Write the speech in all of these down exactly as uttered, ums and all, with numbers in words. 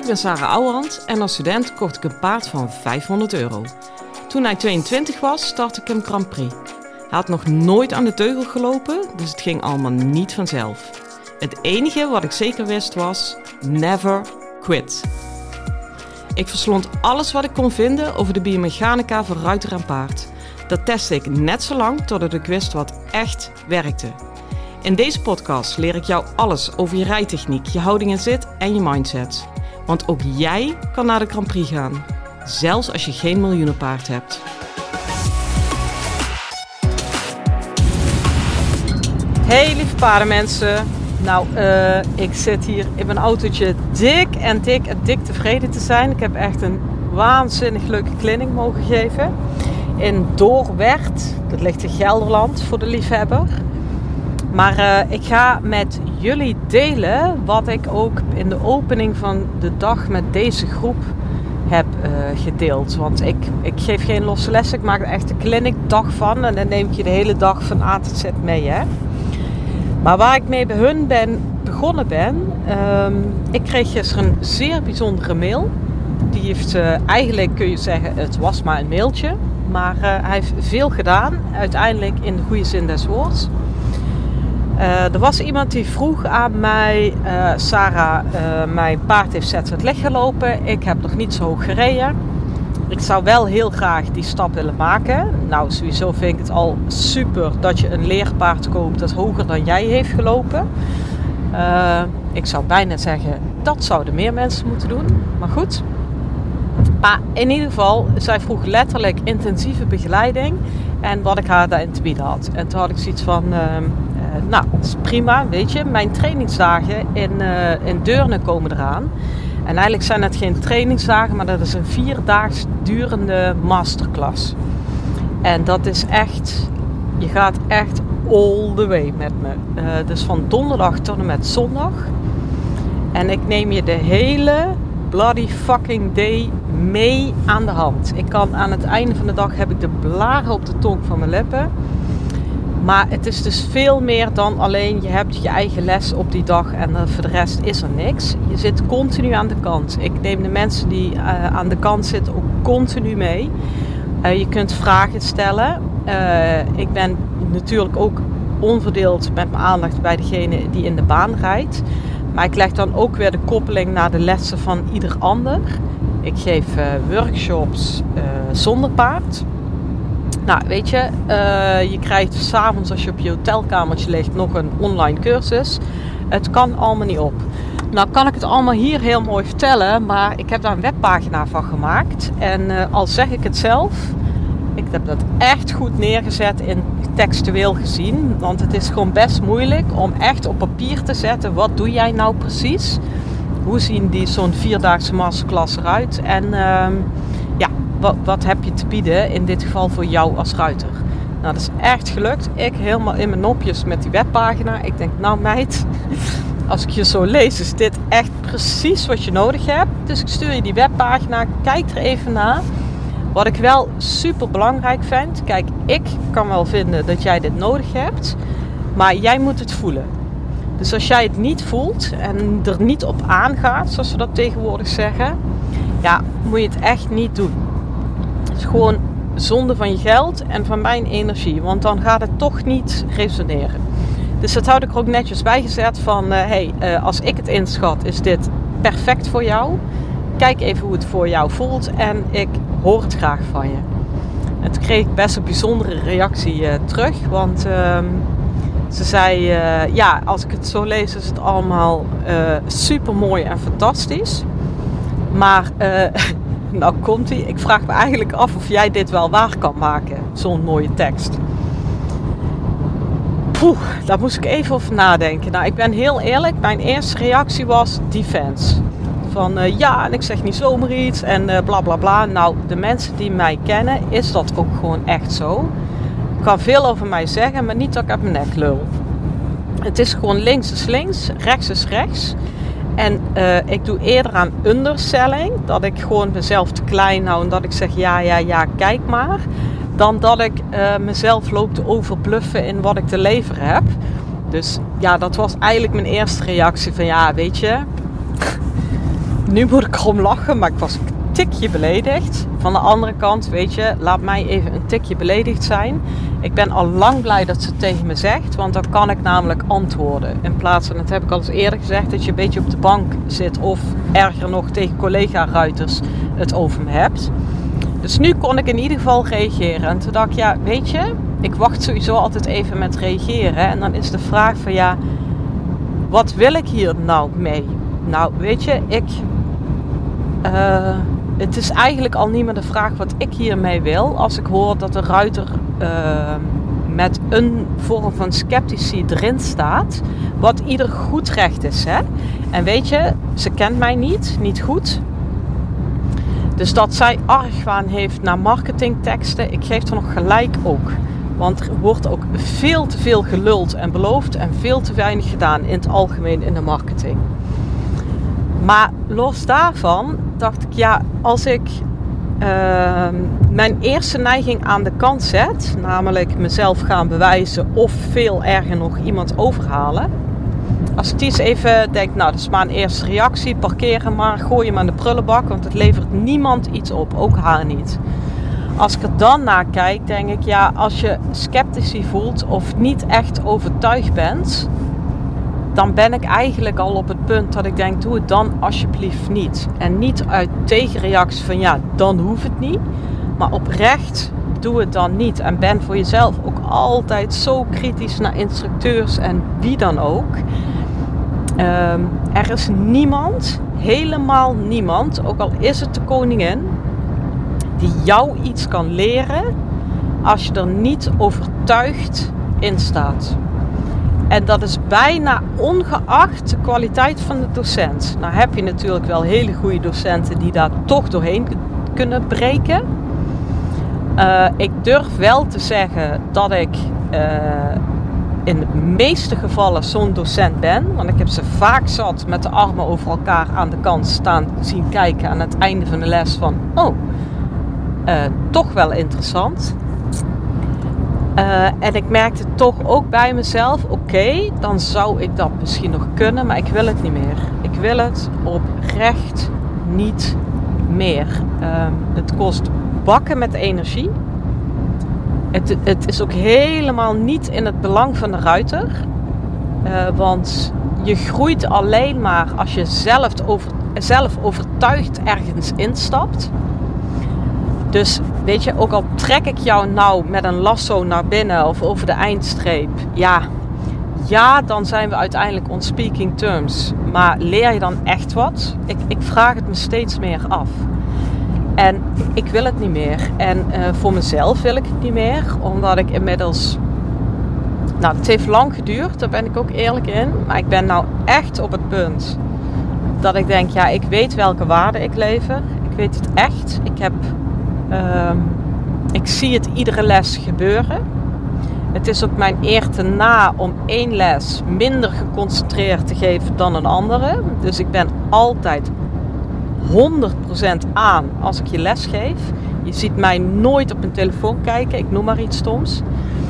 ben Sarah Ouwehand en als student kocht ik een paard van vijfhonderd euro. Toen hij tweeëntwintig was, startte ik hem Grand Prix. Hij had nog nooit aan de teugel gelopen, dus het ging allemaal niet vanzelf. Het enige wat ik zeker wist was, never quit. Ik verslond alles wat ik kon vinden over de biomechanica van ruiter en paard. Dat testte ik net zo lang totdat ik wist wat echt werkte. In deze podcast leer ik jou alles over je rijtechniek, je houding en zit en je mindset. Want ook jij kan naar de Grand Prix gaan, zelfs als je geen miljoenenpaard hebt. Hey lieve paardenmensen. Nou, uh, ik zit hier in mijn autootje dik en dik en dik tevreden te zijn. Ik heb echt een waanzinnig leuke clinic mogen geven in Doorwerth. Dat ligt in Gelderland voor de liefhebber. Maar uh, ik ga met jullie delen wat ik ook in de opening van de dag met deze groep heb uh, gedeeld. Want ik, ik geef geen losse lessen, ik maak er echt een clinic dag van. En dan neem ik je de hele dag van A tot Z mee, hè. Maar waar ik mee bij hun ben begonnen ben, um, ik kreeg gisteren een zeer bijzondere mail. Die heeft, uh, eigenlijk kun je zeggen, het was maar een mailtje. Maar uh, hij heeft veel gedaan, uiteindelijk in de goede zin des woords. Uh, er was iemand die vroeg aan mij, uh, Sarah, uh, mijn paard heeft Z Z Leg gelopen. Ik heb nog niet zo hoog gereden. Ik zou wel heel graag die stap willen maken. Nou, sowieso vind ik het al super dat je een leerpaard koopt dat hoger dan jij heeft gelopen. Uh, ik zou bijna zeggen, dat zouden meer mensen moeten doen. Maar goed. Maar in ieder geval, zij vroeg letterlijk intensieve begeleiding. En wat ik haar daarin te bieden had. En toen had ik zoiets van, uh, uh, nou, dat is prima, weet je. Mijn trainingsdagen in, uh, in Deurne komen eraan. En eigenlijk zijn het geen trainingsdagen, maar dat is een vierdaags durende masterclass. En dat is echt, je gaat echt all the way met me. Uh, dus van donderdag tot en met zondag. En ik neem je de hele bloody fucking day mee aan de hand. Ik kan aan het einde van de dag heb ik de blaren op de tong van mijn lippen. Maar het is dus veel meer dan alleen je hebt je eigen les op die dag en uh, voor de rest is er niks. Je zit continu aan de kant. Ik neem de mensen die uh, aan de kant zitten ook continu mee. Uh, je kunt vragen stellen. Uh, ik ben natuurlijk ook onverdeeld met mijn aandacht bij degene die in de baan rijdt. Maar ik leg dan ook weer de koppeling naar de lessen van ieder ander. Ik geef uh, workshops uh, zonder paard. Nou, weet je, uh, je krijgt 's avonds als je op je hotelkamertje ligt nog een online cursus. Het kan allemaal niet op. Nou kan ik het allemaal hier heel mooi vertellen, maar ik heb daar een webpagina van gemaakt. En uh, al zeg ik het zelf, ik heb dat echt goed neergezet in textueel gezien. Want het is gewoon best moeilijk om echt op papier te zetten, wat doe jij nou precies? Hoe zien die zo'n vierdaagse masterclass eruit? En uh, ja, wat, wat heb je te bieden in dit geval voor jou als ruiter? Nou, dat is echt gelukt. Ik helemaal in mijn nopjes met die webpagina. Ik denk, nou meid, als ik je zo lees, is dit echt precies wat je nodig hebt. Dus ik stuur je die webpagina, kijk er even naar. Wat ik wel super belangrijk vind, kijk, ik kan wel vinden dat jij dit nodig hebt, maar jij moet het voelen. Dus als jij het niet voelt en er niet op aangaat, zoals we dat tegenwoordig zeggen, ja, moet je het echt niet doen. Het is gewoon zonde van je geld en van mijn energie, want dan gaat het toch niet resoneren. Dus dat houd ik er ook netjes bij gezet van, uh, hey, uh, als ik het inschat, is dit perfect voor jou. Kijk even hoe het voor jou voelt en ik hoor het graag van je. En toen kreeg ik best een bijzondere reactie uh, terug, want uh, ze zei, uh, ja, als ik het zo lees is het allemaal uh, super mooi en fantastisch. Maar, uh, nou komt ie, ik vraag me eigenlijk af of jij dit wel waar kan maken, zo'n mooie tekst. Poeh, daar moest ik even over nadenken. Nou, ik ben heel eerlijk, mijn eerste reactie was defense. Van uh, ja, en ik zeg niet zomaar iets en uh, bla bla bla. Nou, de mensen die mij kennen, is dat ook gewoon echt zo. Ik kan veel over mij zeggen, maar niet dat ik uit mijn nek lul. Het is gewoon links is links, rechts is rechts. En uh, ik doe eerder aan underselling, dat ik gewoon mezelf te klein hou en dat ik zeg ja, ja, ja, kijk maar. Dan dat ik uh, mezelf loop te overbluffen in wat ik te leveren heb. Dus ja, dat was eigenlijk mijn eerste reactie van ja, weet je, nu moet ik erom lachen, maar ik was een tikje beledigd. Van de andere kant, weet je, laat mij even een tikje beledigd zijn. Ik ben al lang blij dat ze het tegen me zegt, want dan kan ik namelijk antwoorden. In plaats van, dat heb ik al eens eerder gezegd, dat je een beetje op de bank zit of erger nog tegen collega-ruiters het over me hebt. Dus nu kon ik in ieder geval reageren. En toen dacht ik, ja, weet je, ik wacht sowieso altijd even met reageren. En dan is de vraag van, ja, wat wil ik hier nou mee? Nou, weet je, ik... Uh, het is eigenlijk al niet meer de vraag wat ik hiermee wil. Als ik hoor dat de ruiter uh, met een vorm van sceptici erin staat. Wat ieder goed recht is, hè. En weet je, ze kent mij niet, niet goed. Dus dat zij argwaan heeft naar marketingteksten, ik geef er nog gelijk ook. Want er wordt ook veel te veel geluld en beloofd en veel te weinig gedaan in het algemeen in de marketing. Maar los daarvan dacht ik, ja, als ik uh, mijn eerste neiging aan de kant zet, namelijk mezelf gaan bewijzen of veel erger nog iemand overhalen. Als ik die eens even denk, nou dat is maar een eerste reactie, parkeer hem maar, gooi hem aan de prullenbak, want het levert niemand iets op, ook haar niet. Als ik er dan naar kijk, denk ik, ja, als je sceptici voelt of niet echt overtuigd bent, dan ben ik eigenlijk al op het punt dat ik denk, doe het dan alsjeblieft niet. En niet uit tegenreactie van, ja, dan hoeft het niet. Maar oprecht, doe het dan niet. En ben voor jezelf ook altijd zo kritisch naar instructeurs en wie dan ook. Um, er is niemand, helemaal niemand, ook al is het de koningin, die jou iets kan leren als je er niet overtuigd in staat. En dat is bijna ongeacht de kwaliteit van de docent. Nou heb je natuurlijk wel hele goede docenten die daar toch doorheen kunnen breken. Uh, ik durf wel te zeggen dat ik uh, in de meeste gevallen zo'n docent ben. Want ik heb ze vaak zat met de armen over elkaar aan de kant staan zien kijken aan het einde van de les van, oh, uh, toch wel interessant. Uh, en ik merkte toch ook bij mezelf, oké, okay, dan zou ik dat misschien nog kunnen, maar ik wil het niet meer. Ik wil het oprecht niet meer. Uh, het kost bakken met energie. Het, het is ook helemaal niet in het belang van de ruiter. Uh, want je groeit alleen maar als je zelf, over, zelf overtuigd ergens instapt. Dus weet je, ook al trek ik jou nou met een lasso naar binnen of over de eindstreep. Ja, ja, dan zijn we uiteindelijk on speaking terms. Maar leer je dan echt wat? Ik, ik vraag het me steeds meer af. En ik wil het niet meer. En uh, voor mezelf wil ik het niet meer. Omdat ik inmiddels... Nou, het heeft lang geduurd. Daar ben ik ook eerlijk in. Maar ik ben nou echt op het punt dat ik denk, ja, ik weet welke waarden ik lever. Ik weet het echt. Ik heb... Uh, ik zie het iedere les gebeuren. Het is ook mijn eer te na om één les minder geconcentreerd te geven dan een andere. Dus ik ben altijd honderd procent aan als ik je les geef. Je ziet mij nooit op mijn telefoon kijken. Ik noem maar iets stoms.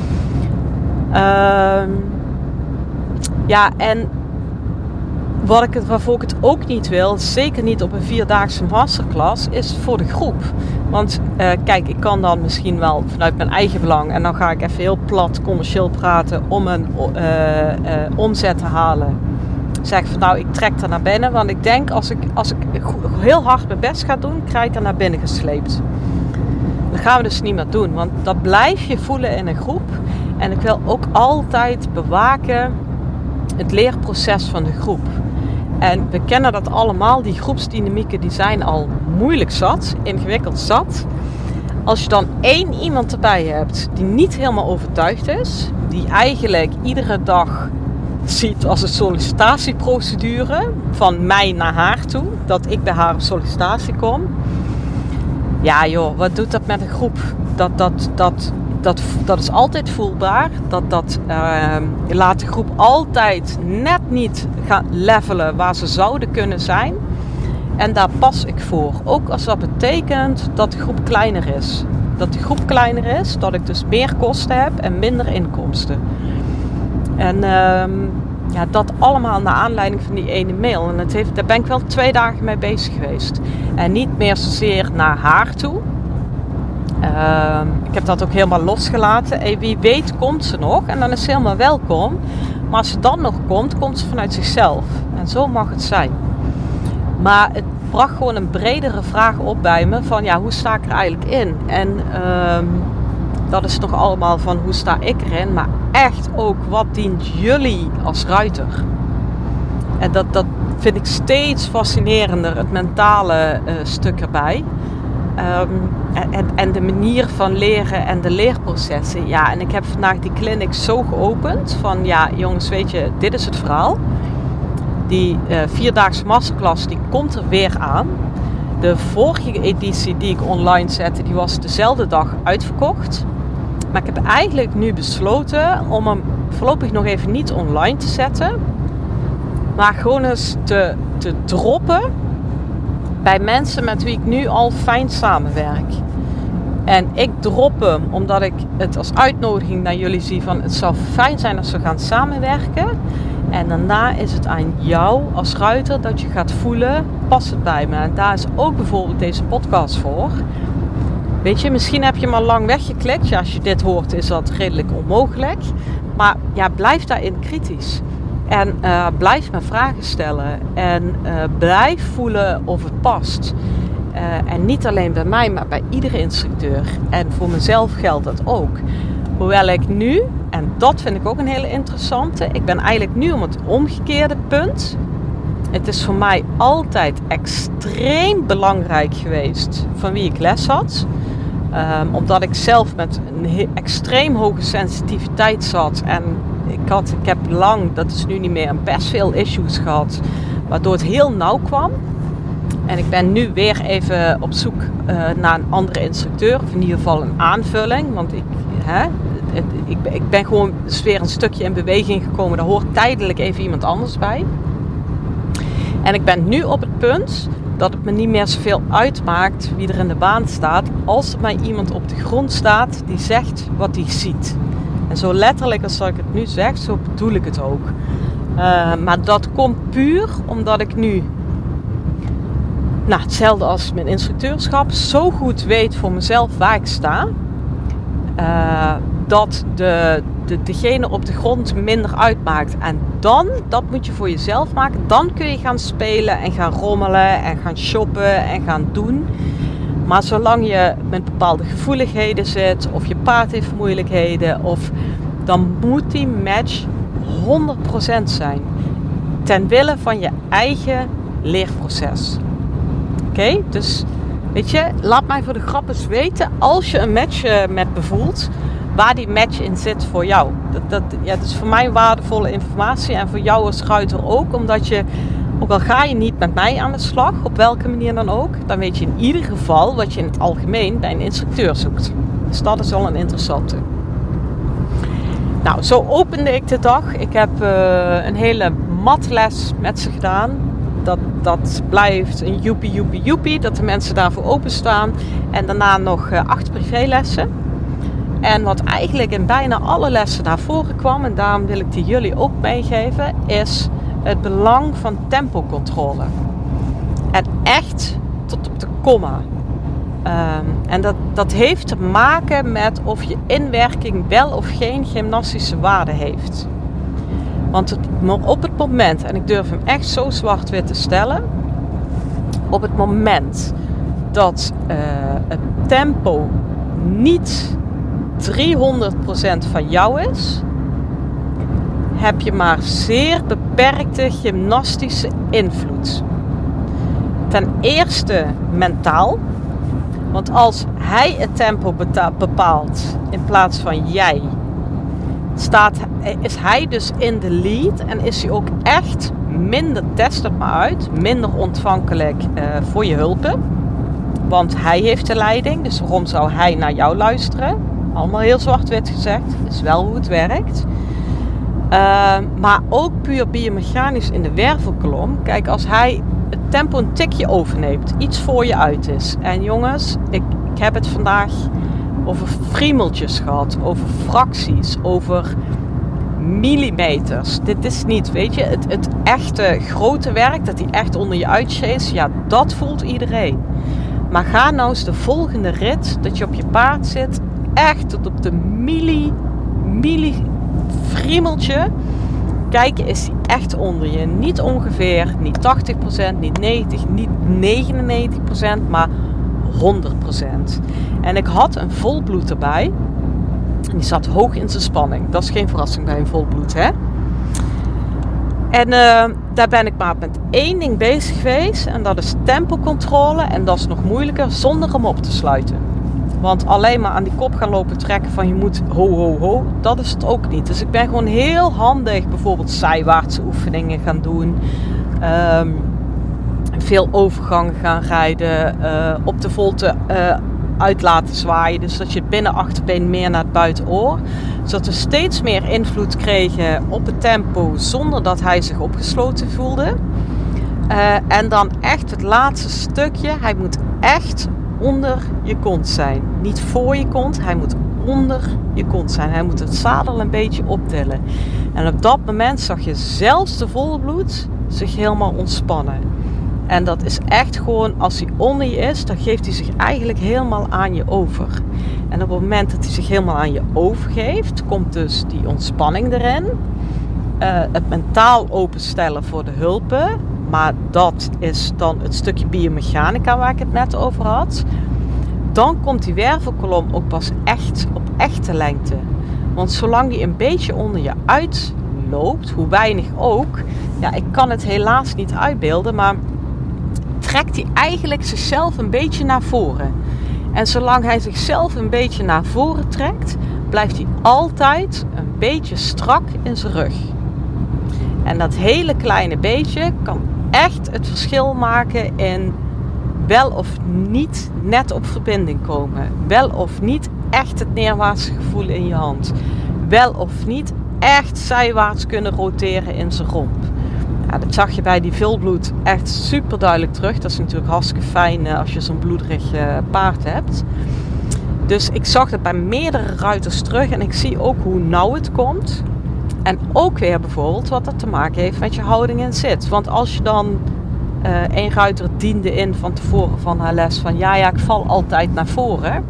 Uh, ja, en wat ik het, waarvoor ik het ook niet wil, zeker niet op een vierdaagse masterclass, is voor de groep. Want uh, kijk, ik kan dan misschien wel vanuit mijn eigen belang, en dan ga ik even heel plat commercieel praten om een uh, uh, omzet te halen. Zeg van nou, ik trek er naar binnen, want ik denk als ik, als ik heel hard mijn best ga doen, krijg ik er naar binnen gesleept. Dat gaan we dus niet meer doen, want dat blijf je voelen in een groep. En ik wil ook altijd bewaken het leerproces van de groep. En we kennen dat allemaal, die groepsdynamieken die zijn al moeilijk zat, ingewikkeld zat. Als je dan één iemand erbij hebt die niet helemaal overtuigd is, die eigenlijk iedere dag ziet als een sollicitatieprocedure van mij naar haar toe, dat ik bij haar op sollicitatie kom. Ja joh, wat doet dat met een groep? Dat, dat, dat, dat, dat is altijd voelbaar. Dat, dat uh, laat de groep altijd net niet gaan levelen waar ze zouden kunnen zijn. En daar pas ik voor. Ook als dat betekent dat de groep kleiner is. Dat de groep kleiner is, dat ik dus meer kosten heb en minder inkomsten. En uh, ja, dat allemaal naar aanleiding van die ene mail. En het heeft, daar ben ik wel twee dagen mee bezig geweest. En niet meer zozeer naar haar toe. Uh, ik heb dat ook helemaal losgelaten. Hey, wie weet komt ze nog. En dan is ze helemaal welkom. Maar als ze dan nog komt, komt ze vanuit zichzelf. En zo mag het zijn. Maar het bracht gewoon een bredere vraag op bij me. Van ja, hoe sta ik er eigenlijk in? En uh, dat is toch allemaal van hoe sta ik erin. Maar echt ook wat dient jullie als ruiter? En dat, dat vind ik steeds fascinerender. Het mentale uh, stuk erbij. Um, en, en de manier van leren en de leerprocessen. Ja, en ik heb vandaag die clinic zo geopend. Van ja, jongens, weet je, dit is het verhaal. Die uh, vierdaagse masterclass, die komt er weer aan. De vorige editie die ik online zette, die was dezelfde dag uitverkocht. Maar ik heb eigenlijk nu besloten om hem voorlopig nog even niet online te zetten. Maar gewoon eens te, te droppen bij mensen met wie ik nu al fijn samenwerk. En ik drop hem omdat ik het als uitnodiging naar jullie zie van het zou fijn zijn als we gaan samenwerken. En daarna is het aan jou als ruiter dat je gaat voelen, past het bij me? En daar is ook bijvoorbeeld deze podcast voor. Weet je, misschien heb je hem al lang weggeklikt. Ja, als je dit hoort is dat redelijk onmogelijk. Maar ja, blijf daarin kritisch. En uh, blijf me vragen stellen. En uh, blijf voelen of het past. Uh, en niet alleen bij mij, maar bij iedere instructeur. En voor mezelf geldt dat ook. Hoewel ik nu, en dat vind ik ook een hele interessante. Ik ben eigenlijk nu om het omgekeerde punt. Het is voor mij altijd extreem belangrijk geweest van wie ik les had. Um, omdat ik zelf met een he- extreem hoge sensitiviteit zat. En ik, had, ik heb lang, dat is nu niet meer, best veel issues gehad. Waardoor het heel nauw kwam. En ik ben nu weer even op zoek uh, naar een andere instructeur. Of in ieder geval een aanvulling. Want ik, hè, het, ik, ik ben gewoon dus weer een stukje in beweging gekomen. Daar hoort tijdelijk even iemand anders bij. En ik ben nu op het punt dat het me niet meer zoveel uitmaakt wie er in de baan staat. Als er maar iemand op de grond staat die zegt wat hij ziet. En zo letterlijk als ik het nu zeg, zo bedoel ik het ook. Uh, maar dat komt puur omdat ik nu, nou, hetzelfde als mijn instructeurschap, zo goed weet voor mezelf waar ik sta. Uh, dat de, de, degene op de grond minder uitmaakt. En dan, dat moet je voor jezelf maken. Dan kun je gaan spelen en gaan rommelen en gaan shoppen en gaan doen. Maar zolang je met bepaalde gevoeligheden zit of je paard heeft moeilijkheden, of, dan moet die match honderd procent zijn. Ten wille van je eigen leerproces. Oké, okay? Dus weet je, laat mij voor de grap eens weten als je een match uh, met me voelt, waar die match in zit voor jou. Dat, dat, ja, dat is voor mij waardevolle informatie en voor jou als ruiter ook. Omdat je, ook al ga je niet met mij aan de slag, op welke manier dan ook, dan weet je in ieder geval wat je in het algemeen bij een instructeur zoekt. Dus dat is al een interessante. Nou, zo opende ik de dag. Ik heb uh, een hele matles met ze gedaan. Dat, dat blijft een joepie, joepie, joepie. Dat de mensen daarvoor openstaan. En daarna nog uh, acht privélessen. En wat eigenlijk in bijna alle lessen naar voren kwam, en daarom wil ik die jullie ook meegeven, is het belang van tempocontrole. En echt tot op de komma. Um, en dat, dat heeft te maken met of je inwerking wel of geen gymnastische waarde heeft. Want het, op het moment, en ik durf hem echt zo zwart-wit te stellen, op het moment dat uh, het tempo niet driehonderd procent van jou is, heb je maar zeer beperkte gymnastische invloed. Ten eerste mentaal. Want als hij het tempo beta- bepaalt in plaats van jij, staat, is hij dus in de lead en is hij ook echt minder, test het maar uit, minder ontvankelijk uh, voor je hulpen. Want hij heeft de leiding, dus waarom zou hij naar jou luisteren? Allemaal heel zwart-wit gezegd, is wel hoe het werkt. Uh, maar ook puur biomechanisch in de wervelkolom. Kijk, als hij het tempo een tikje overneemt, iets voor je uit is. En jongens, ik, ik heb het vandaag over friemeltjes gehad, over fracties, over millimeters. Dit is niet, weet je, het, het echte grote werk, dat hij echt onder je uitchase, ja, dat voelt iedereen. Maar ga nou eens de volgende rit, dat je op je paard zit, echt tot op de milli, milli friemeltje. Kijken, is hij echt onder je? Niet ongeveer, niet tachtig procent, niet negentig procent, niet negenennegentig procent, maar honderd procent. En ik had een volbloed erbij. Die zat hoog in zijn spanning. Dat is geen verrassing bij een volbloed, hè? En uh, daar ben ik maar met één ding bezig geweest. En dat is tempocontrole. En dat is nog moeilijker zonder hem op te sluiten. Want alleen maar aan die kop gaan lopen trekken van je moet ho ho ho. Dat is het ook niet. Dus ik ben gewoon heel handig bijvoorbeeld zijwaartse oefeningen gaan doen. Um, veel overgangen gaan rijden. Uh, op de volte uh, uit laten zwaaien. Dus dat je het binnenachterbeen meer naar het buitenoor. Zodat we steeds meer invloed kregen op het tempo zonder dat hij zich opgesloten voelde. Uh, en dan echt het laatste stukje. Hij moet echt onder je kont zijn. Niet voor je kont. Hij moet onder je kont zijn. Hij moet het zadel een beetje optillen. En op dat moment zag je zelfs de volbloed zich helemaal ontspannen. En dat is echt gewoon, als hij onder je is, dan geeft hij zich eigenlijk helemaal aan je over. En op het moment dat hij zich helemaal aan je overgeeft, komt dus die ontspanning erin. Uh, het mentaal openstellen voor de hulpen. Maar dat is dan het stukje biomechanica waar ik het net over had. Dan komt die wervelkolom ook pas echt op echte lengte. Want zolang die een beetje onder je uitloopt, hoe weinig ook. Ja, ik kan het helaas niet uitbeelden, maar trekt hij eigenlijk zichzelf een beetje naar voren. En zolang hij zichzelf een beetje naar voren trekt, blijft hij altijd een beetje strak in zijn rug. En dat hele kleine beetje kan echt het verschil maken in wel of niet net op verbinding komen. Wel of niet echt het neerwaartse gevoel in je hand. Wel of niet echt zijwaarts kunnen roteren in zijn romp. Ja, dat zag je bij die volbloed echt super duidelijk terug. Dat is natuurlijk hartstikke fijn uh, als je zo'n bloederig uh, paard hebt. Dus ik zag dat bij meerdere ruiters terug. En ik zie ook hoe nauw het komt. En ook weer bijvoorbeeld wat dat te maken heeft met je houding en zit. Want als je dan... Uh, een ruiter diende in van tevoren van haar les van... Ja, ja, ik val altijd naar voren.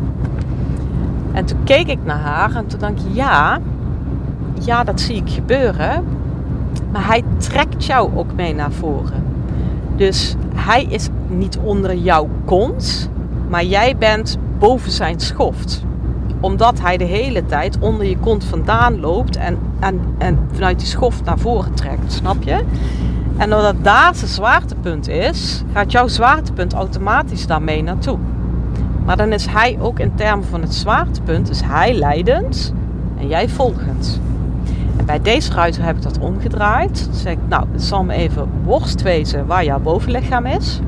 En toen keek ik naar haar en toen dacht ik... Ja, ja, dat zie ik gebeuren. Maar hij trekt jou ook mee naar voren. Dus hij is niet onder jouw kont, maar jij bent boven zijn schoft. Omdat hij de hele tijd onder je kont vandaan loopt en, en, en vanuit die schoft naar voren trekt, snap je? En doordat daar zijn zwaartepunt is, gaat jouw zwaartepunt automatisch daarmee naartoe. Maar dan is hij ook in termen van het zwaartepunt, is hij leidend en jij volgend. En bij deze ruiter heb ik dat omgedraaid. Dan zeg ik, nou, het zal me even worst wezen waar jouw bovenlichaam is.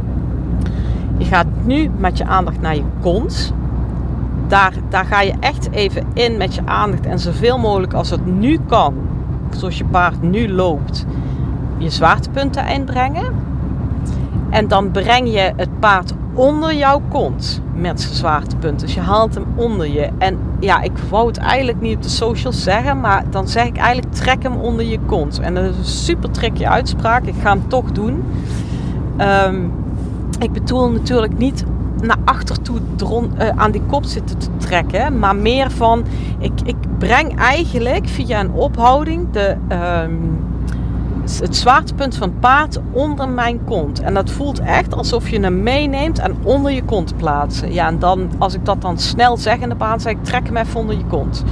Je gaat nu met je aandacht naar je kont. Daar, daar ga je echt even in met je aandacht en zoveel mogelijk als het nu kan, zoals je paard nu loopt, je zwaartepunten inbrengen. En dan breng je het paard onder jouw kont met zijn zwaartepunt. Dus je haalt hem onder je. En ja, ik wou het eigenlijk niet op de socials zeggen, maar dan zeg ik eigenlijk trek hem onder je kont. En dat is een super tricky uitspraak. Ik ga hem toch doen. Um, ik bedoel natuurlijk niet naar achter toe dron, uh, aan die kop zitten te trekken, maar meer van ik, ik breng eigenlijk via een ophouding de... Um, het zwaartepunt van het paard onder mijn kont. En dat voelt echt alsof je hem meeneemt en onder je kont plaatsen. Ja, en dan, als ik dat dan snel zeg in de baan, zeg ik trek hem even onder je kont.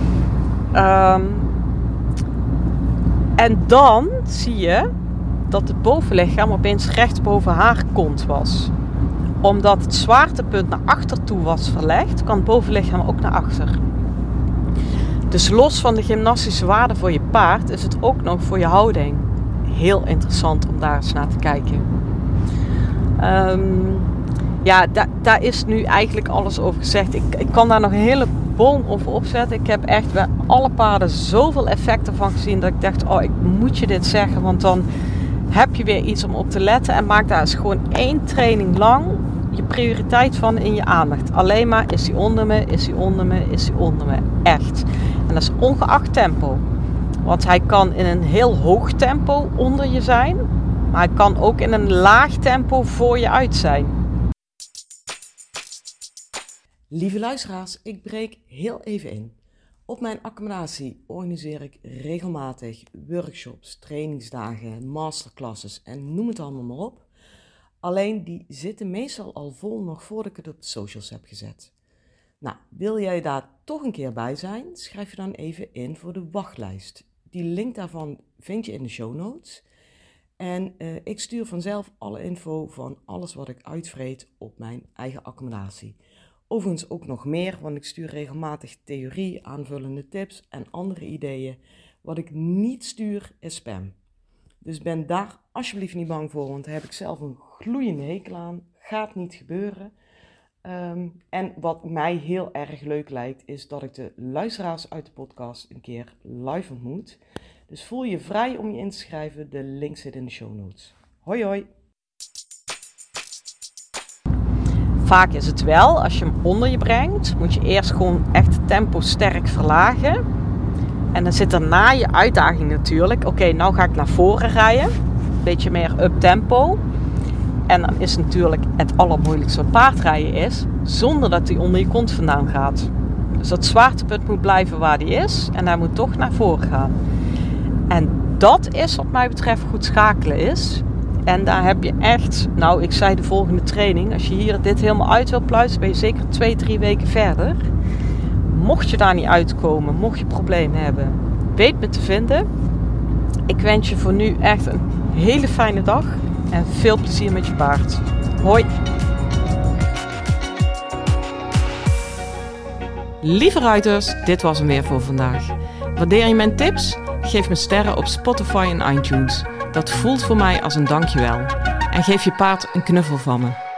Um, en dan zie je dat het bovenlichaam opeens recht boven haar kont was. Omdat het zwaartepunt naar achter toe was verlegd, kan het bovenlichaam ook naar achter. Dus los van de gymnastische waarde voor je paard is het ook nog voor je houding heel interessant om daar eens naar te kijken. Um, ja, da- daar is nu eigenlijk alles over gezegd. Ik, ik kan daar nog een hele boom over opzetten. Ik heb echt bij alle paarden zoveel effecten van gezien dat ik dacht, oh, ik moet je dit zeggen, want dan heb je weer iets om op te letten en maak daar eens gewoon één training lang je prioriteit van in je aandacht. Alleen maar, is hij onder me, is hij onder me, is hij onder me. Echt. En dat is ongeacht tempo. Want hij kan in een heel hoog tempo onder je zijn. Maar hij kan ook in een laag tempo voor je uit zijn. Lieve luisteraars, ik breek heel even in. Op mijn accommodatie organiseer ik regelmatig workshops, trainingsdagen, masterclasses en noem het allemaal maar op. Alleen die zitten meestal al vol nog voordat ik het op de socials heb gezet. Nou, wil jij daar toch een keer bij zijn? Schrijf je dan even in voor de wachtlijst. Die link daarvan vind je in de show notes. En uh, ik stuur vanzelf alle info van alles wat ik uitvreet op mijn eigen accommodatie. Overigens ook nog meer, want ik stuur regelmatig theorie, aanvullende tips en andere ideeën. Wat ik niet stuur is spam. Dus ben daar alsjeblieft niet bang voor, want daar heb ik zelf een gloeiende hekel aan. Gaat niet gebeuren. Um, en wat mij heel erg leuk lijkt, is dat ik de luisteraars uit de podcast een keer live ontmoet. Dus voel je vrij om je in te schrijven. De link zit in de show notes. Hoi hoi! Vaak is het wel, als je hem onder je brengt, moet je eerst gewoon echt het tempo sterk verlagen. En dan zit er na je uitdaging natuurlijk. Oké, okay, nou ga ik naar voren rijden. Een beetje meer up tempo. En dan is natuurlijk het allermoeilijkste wat paardrijden is, zonder dat hij onder je kont vandaan gaat. Dus dat zwaartepunt moet blijven waar die is en hij moet toch naar voren gaan. En dat is wat mij betreft goed schakelen is. En daar heb je echt, nou ik zei de volgende training, als je hier dit helemaal uit wil pluizen, ben je zeker twee, drie weken verder. Mocht je daar niet uitkomen, mocht je problemen hebben, weet me te vinden. Ik wens je voor nu echt een hele fijne dag en veel plezier met je paard. Hoi! Lieve ruiters, dit was hem weer voor vandaag. Waardeer je mijn tips? Geef me sterren op Spotify en iTunes. Dat voelt voor mij als een dankjewel. En geef je paard een knuffel van me.